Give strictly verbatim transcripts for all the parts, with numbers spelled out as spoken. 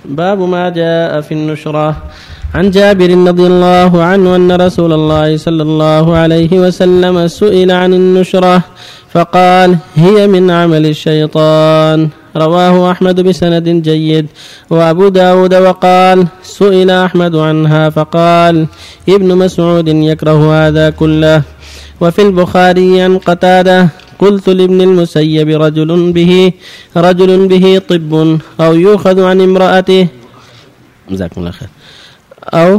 باب ما جاء في النشرة. عن جابر رضي الله عنه أن رسول الله صلى الله عليه وسلم سئل عن النشرة فقال هي من عمل الشيطان. رواه أحمد بسند جيد وأبو داود وقال سئل أحمد عنها فقال ابن مسعود يكره هذا كله. وفي البخاري عن قتادة قلت لابن المسيب رجل به رجل به طب أو يؤخذ عن امرأته جزاكم الله خير أو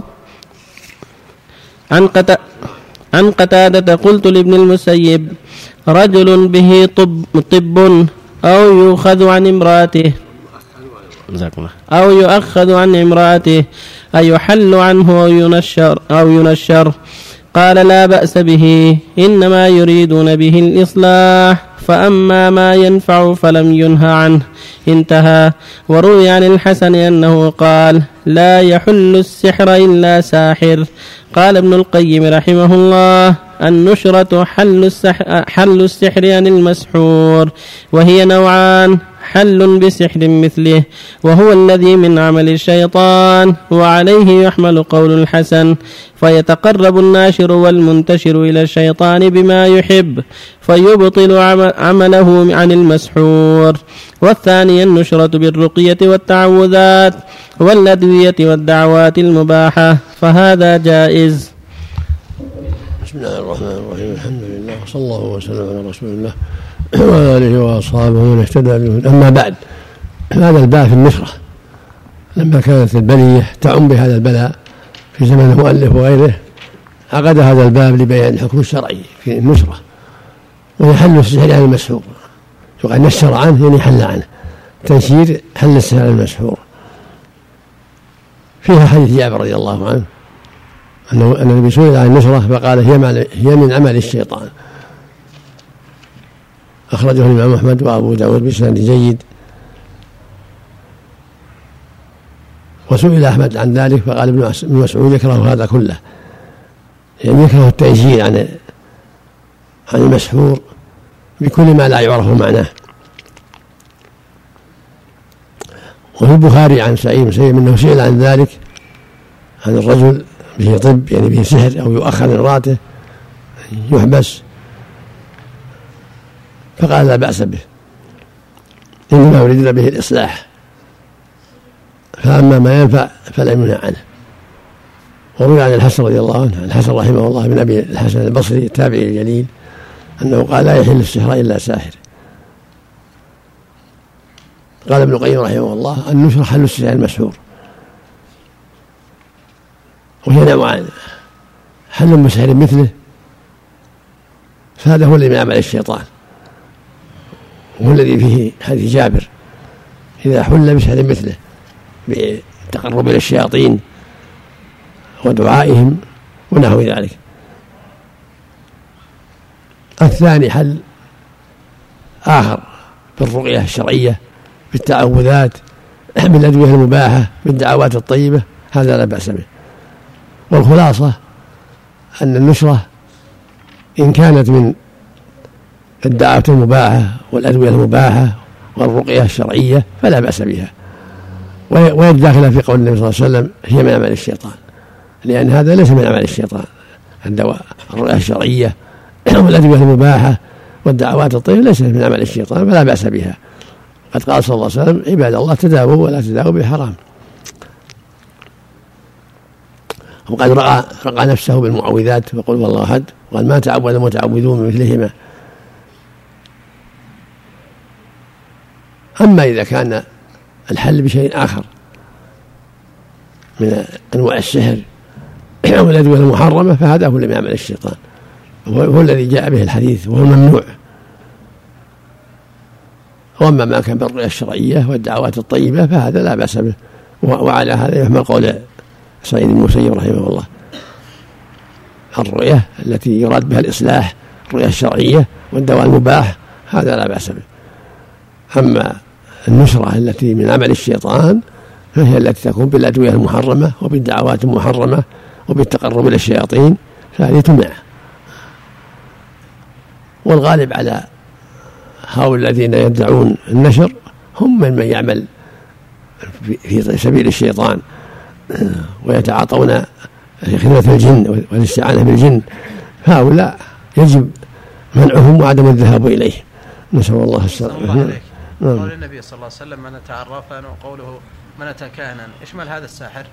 عن قت عن قتادة قلت لابن المسيب رجل به طب طب أو يؤخذ عن امرأته جزاكم الله أو يؤخذ عن امرأته أي يحل عنه أو ينشر أو ينشر. قال لا بأس به إنما يريدون به الإصلاح فأما ما ينفع فلم ينهى عنه. انتهى. وروي عن الحسن أنه قال لا يحل السحر إلا ساحر. قال ابن القيم رحمه الله النشرة حل السحر, حل السحر عن المسحور وهي نوعان حل بسحر مثله وهو الذي من عمل الشيطان وعليه يحمل قول الحسن فيتقرب الناشر والمنتشر إلى الشيطان بما يحب فيبطل عمله عن المسحور. والثاني النشرة بالرقية والتعوذات والأدوية والدعوات المباحة فهذا جائز. بسم الله الرحمن الرحيم الحمد لله وصلى الله وسلم على رسول الله وعلى آله وأصحابه ومن اهتدى بهداه. أما بعد، هذا الباب في النشرة لما كانت البلية تعم بهذا البلاء في زمن المؤلف وغيره عقد هذا الباب لبيان الحكم الشرعي في النشرة ويحل السحر عن المسحور. يقال نشر عنه يعني حل عنه، تنشير حل السحر عن المسحور. فيها حديث جابر رضي الله عنه أنه أن النبي سئل عن النشرة فقال هي هي من عمل الشيطان. أخرجه الإمام أحمد وأبو داود بسند جيد. وسئل أحمد عن ذلك فقال ابن مسعود يكره هذا كله، يعني يكره التنشير عن عن المسحور بكل ما لا يعرف معناه. وفي البخاري عن سعيد بن مسيب أنه سئل عن ذلك عن الرجل به طب يعني به سحر أو يؤخر من امرأته يحبس فقال لا بأس به إنما يريدون به الإصلاح فأما ما ينفع فلا يمنع عنه. وروي عن الحسن رضي الله عنه الحسن رحمه الله بن أبي الحسن البصري التابعي الجليل أنه قال لا يحل السحر إلا ساحر. قال ابن القيم رحمه الله النشر حل السحر المسحور وهي نوعان حل بسحر مثله فهذا هو الذي من عمل الشيطان وهو الذي فيه حديث جابر إذا حل بسحر مثله بالتقرب إلى الشياطين ودعائهم ونحو ذلك. الثاني حل آخر بالرقية الشرعية بالتعوذات بالأدوية المباحة بالدعوات الطيبة هذا لا بأس به. والخلاصة أن النشرة إن كانت من الدعوات المباحة والأدوية المباحة والرقية الشرعية فلا بأس بها، ويداخل في قول النبي صلى الله عليه وسلم هي من عمل الشيطان، لأن هذا ليس من عمل الشيطان. الدواء الرقية الشرعية والأدوية المباحة والدعوات الطيبة ليست من عمل الشيطان فلا بأس بها. قد قال صلى الله عليه وسلم عباد الله تداووا ولا تداووا بحرام. وقد رقى, رقى نفسه بالمعوذات وقل والله أحد وقال ما تعوذ المتعوذون بمثلهما. أما إذا كان الحل بشيء آخر من أنواع السحر والأدوية المحرمة فهذا هو الذي يعمل الشيطان، هو الذي جاء به الحديث وهو الممنوع. وأما ما كان بالرؤية الشرعية والدعوات الطيبة فهذا لا بأس به. وعلى هذا يحمل قول سعيد بن مسيب رحمه الله الرؤية التي يراد بها الإصلاح الرؤية الشرعية والدواء المباح هذا لا بأس به. أما النشرة التي من عمل الشيطان فهي التي تكون بالأدوية المحرمة وبالدعوات المحرمة وبالتقرب إلى الشياطين فهذه تمنع. والغالب على هؤلاء الذين يدعون النشر هم من من يعمل في سبيل الشيطان ويتعاطون خدمة الجن والاستعانة بالجن، هؤلاء يجب منعهم وعدم الذهاب إليه، نسأل الله السلامة. قول النبي صلى الله عليه وسلم من أتى عرافا وقوله من أتى كاهنا، يشمل هذا الساحر؟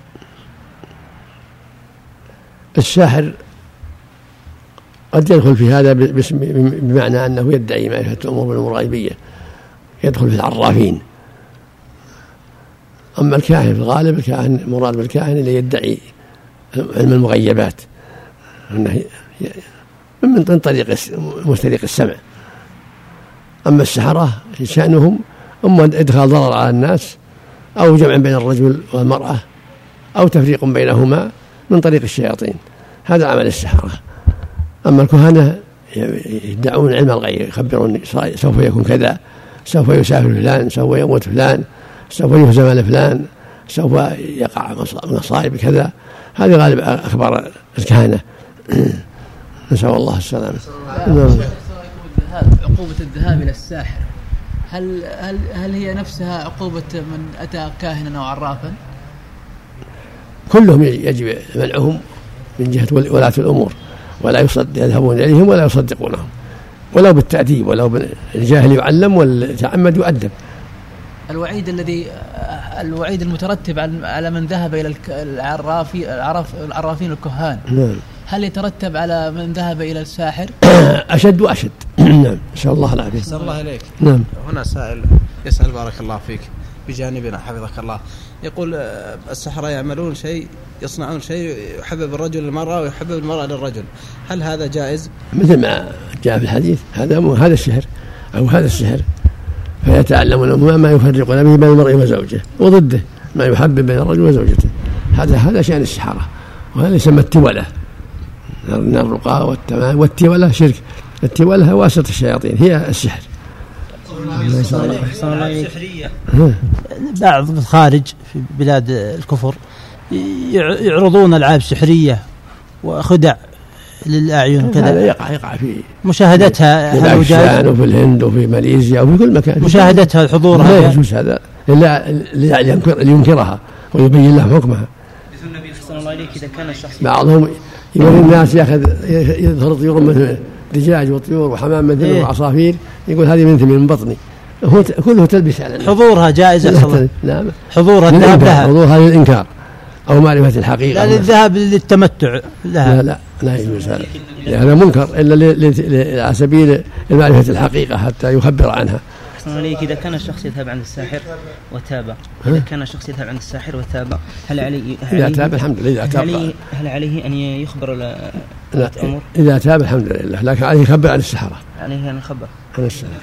الساحر قد يدخل في هذا بمعنى أنه يدعي معرفة الأمور بالأمور الغيبية، يدخل في العرافين. أما الكاهن في الغالب الكاهن مراد بالكاهن اللي يدعي علم المغيبات من طريق مستريق السمع. أما السحرة شأنهم أما إدخال ضرر على الناس أو جمع بين الرجل والمرأة أو تفريق بينهما من طريق الشياطين، هذا عمل السحرة. أما الكهنة يدعون علم الغيب، يخبرون سوف يكون كذا، سوف يسافر فلان، سوف يموت فلان، سوف يهزم على فلان، سوف يقع مصائب كذا، هذه غالب أخبار الكهنة. نسأل الله السلامة. عقوبة الذهاب إلى الساحر هل هل هل هي نفسها عقوبة من أتى كاهنا أو عرافا؟ كلهم يجب منعهم من جهة ولاة الأمور، ولا يصدق يذهبون إليهم ولا يصدقونهم، ولو بالتأديب، ولو الجاهل يعلم والمتعمد يؤدب. الوعيد الذي الوعيد المترتب على من ذهب إلى العرافي العراف العرافين الكهان، نعم، هل يترتب على من ذهب إلى الساحر؟ أشد وأشد. نعم، نسأل الله العافية. نسأل الله إليك. نعم. هنا سائل يسأل بارك الله فيك بجانبنا حفظك الله، يقول السحرة يعملون شيء، يصنعون شيء يحبب الرجل للمرأة ويحبب المرأة للرجل، هل هذا جائز؟ مثل ما جاء في الحديث، هذا هذا السحر أو هذا السحر، فيتعلمون ما يفرقون به بين المرء وزوجه، وضده ما يحبب بين الرجل وزوجته. هذا هذا شأن السحرة، وهذا يسمى التولة، من الرقى والتمام. والتولة شرك، التولة واسطة الشياطين هي السحر. السحرية بعض الخارج في بلاد الكفر يعرضون ألعاب سحرية وخدع للأعين كذا، هذا يقع يقع في مشاهدتها في باكستان وفي الهند وفي ماليزيا وفي كل مكان، مشاهدتها حضورها لا يجوز هذا إلا لينكرها ويبين لهم حكمها. النبي صلى الله عليه وسلم كان الشخص بعضهم يقول الناس ياخذ يظهر طيور مثل دجاج وطيور وحمام مثل إيه؟ وعصافير، يقول هذه من من بطني، هو كله تلبس على الناس. حضورها جائزة، نعم، حضورها الذهاب لها، حضورها للإنكار أو معرفة الحقيقة، لا للذهاب للتمتع لها، لا لا لا يجوز هذا، هذا منكر إلا على سبيل معرفة الحقيقة حتى يخبر عنها. عليك إذا كان الشخص يذهب عند الساحر وتاب، إذا كان الشخص يذهب عند الساحر وتاب، هل عليه إذا تاب الحمد لله، إذا تاب هل, هل عليه أن يخبر الأمور؟ إذا تاب الحمد لله، لكن عليه يخبر عن السحرة، عليه أن يخبر عن السحرة.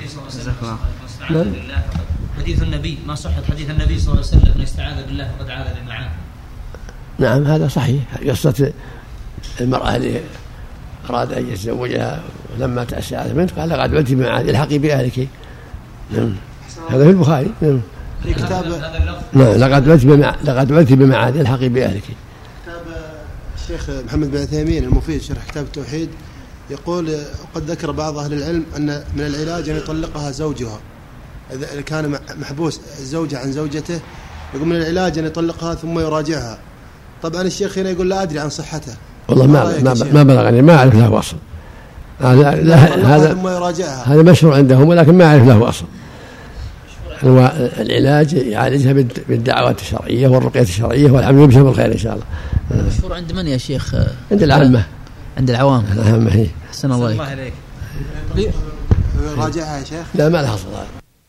حديث النبي، ما صحت حديث النبي صلى الله عليه وسلم من استعاذ بالله فقد عاذ بمعاه. نعم هذا صحيح. قصة المرأة اللي أراد أن يتزوجها ولما تأسعت منه قال لقد عدت بمعاد الحقي بأهلك. نعم هذا في البخاري. نعم في كتاب نعم لقد عدت بمع... لقد عدت بمعاد الحقي بأهلك. كتاب الشيخ محمد بن عثيمين المفيد شرح كتاب التوحيد يقول وقد ذكر بعض أهل العلم أن من العلاج أن يطلقها زوجها إذا كان محبوس الزوجة عن زوجته، يقول من العلاج أن يطلقها ثم يراجعها. طبعا الشيخ هنا يقول لا أدري عن صحته، والله ما ما, ما بلغني، ما أعرف له أصل. هذا هذا ثم يراجعها هذا مشروع عندهم ولكن ما أعرف له أصل. هو العلاج يعالجها بالدعوات الشرعية والرقية الشرعية، والعمل يبشر بالخير إن شاء الله. مشهور عند من يا شيخ؟ عند العامة. عند العوام. العامة هي. حسن الله عليك. راجعها يا شيخ؟ لا ما لها صلاة.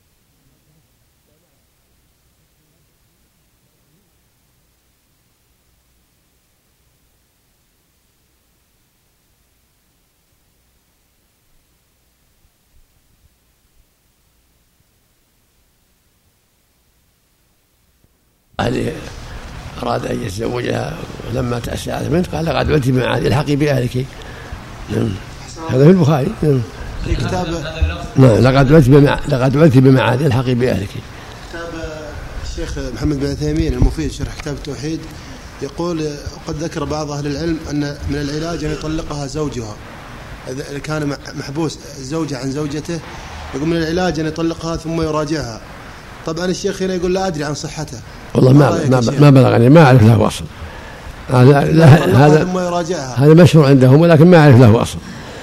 اللي أراد أن يتزوجها ولما تأسعت منه قال لقد عدت بمعاد الحقي بأهلك. نعم هذا في البخاري. نعم في كتاب نعم لقد عدت بمع... لقد عدت بمعاد الحقي بأهلك. كتاب الشيخ محمد بن عثيمين المفيد شرح كتاب التوحيد يقول وقد ذكر بعض أهل العلم أن من العلاج أن يطلقها زوجها إذا كان محبوس الزوجة عن زوجته، يقول من العلاج أن يطلقها ثم يراجعها. طبعا الشيخ هنا يقول لا أدري عن صحته. والله ما ما, ما بلغني، ما أعرف له أصل. هذا هذا هذا مشهور عندهم ولكن ما أعرف له أصل.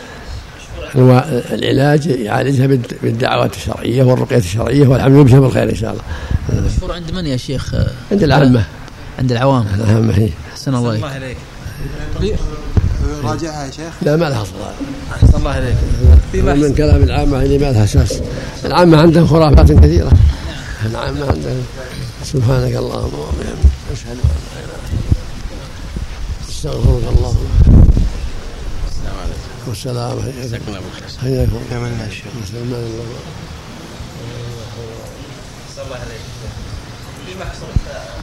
العلاج يعالجها بالدعوات الشرعية والرقية الشرعية، والحمد يبشر بالخير إن شاء الله. مشهور عند من يا شيخ؟ عند العامة. عند العوام. العامة هي. أحسن الله عليك. راجعها يا شيخ. لا ما لها أصل. أحسن الله عليك. من كلام العامة اللي ما لها أساس. العامة عندهم خرافات كثيرة. العامة عندهم. سبحانك اللهم وبحمدك أشهد أن لا إله إلا أنت أستغفرك اللهم. السلام عليكم. والسلام عليكم. حياكم. كملنا الشيخ. سلمان الله. صلى الله عليه وسلم.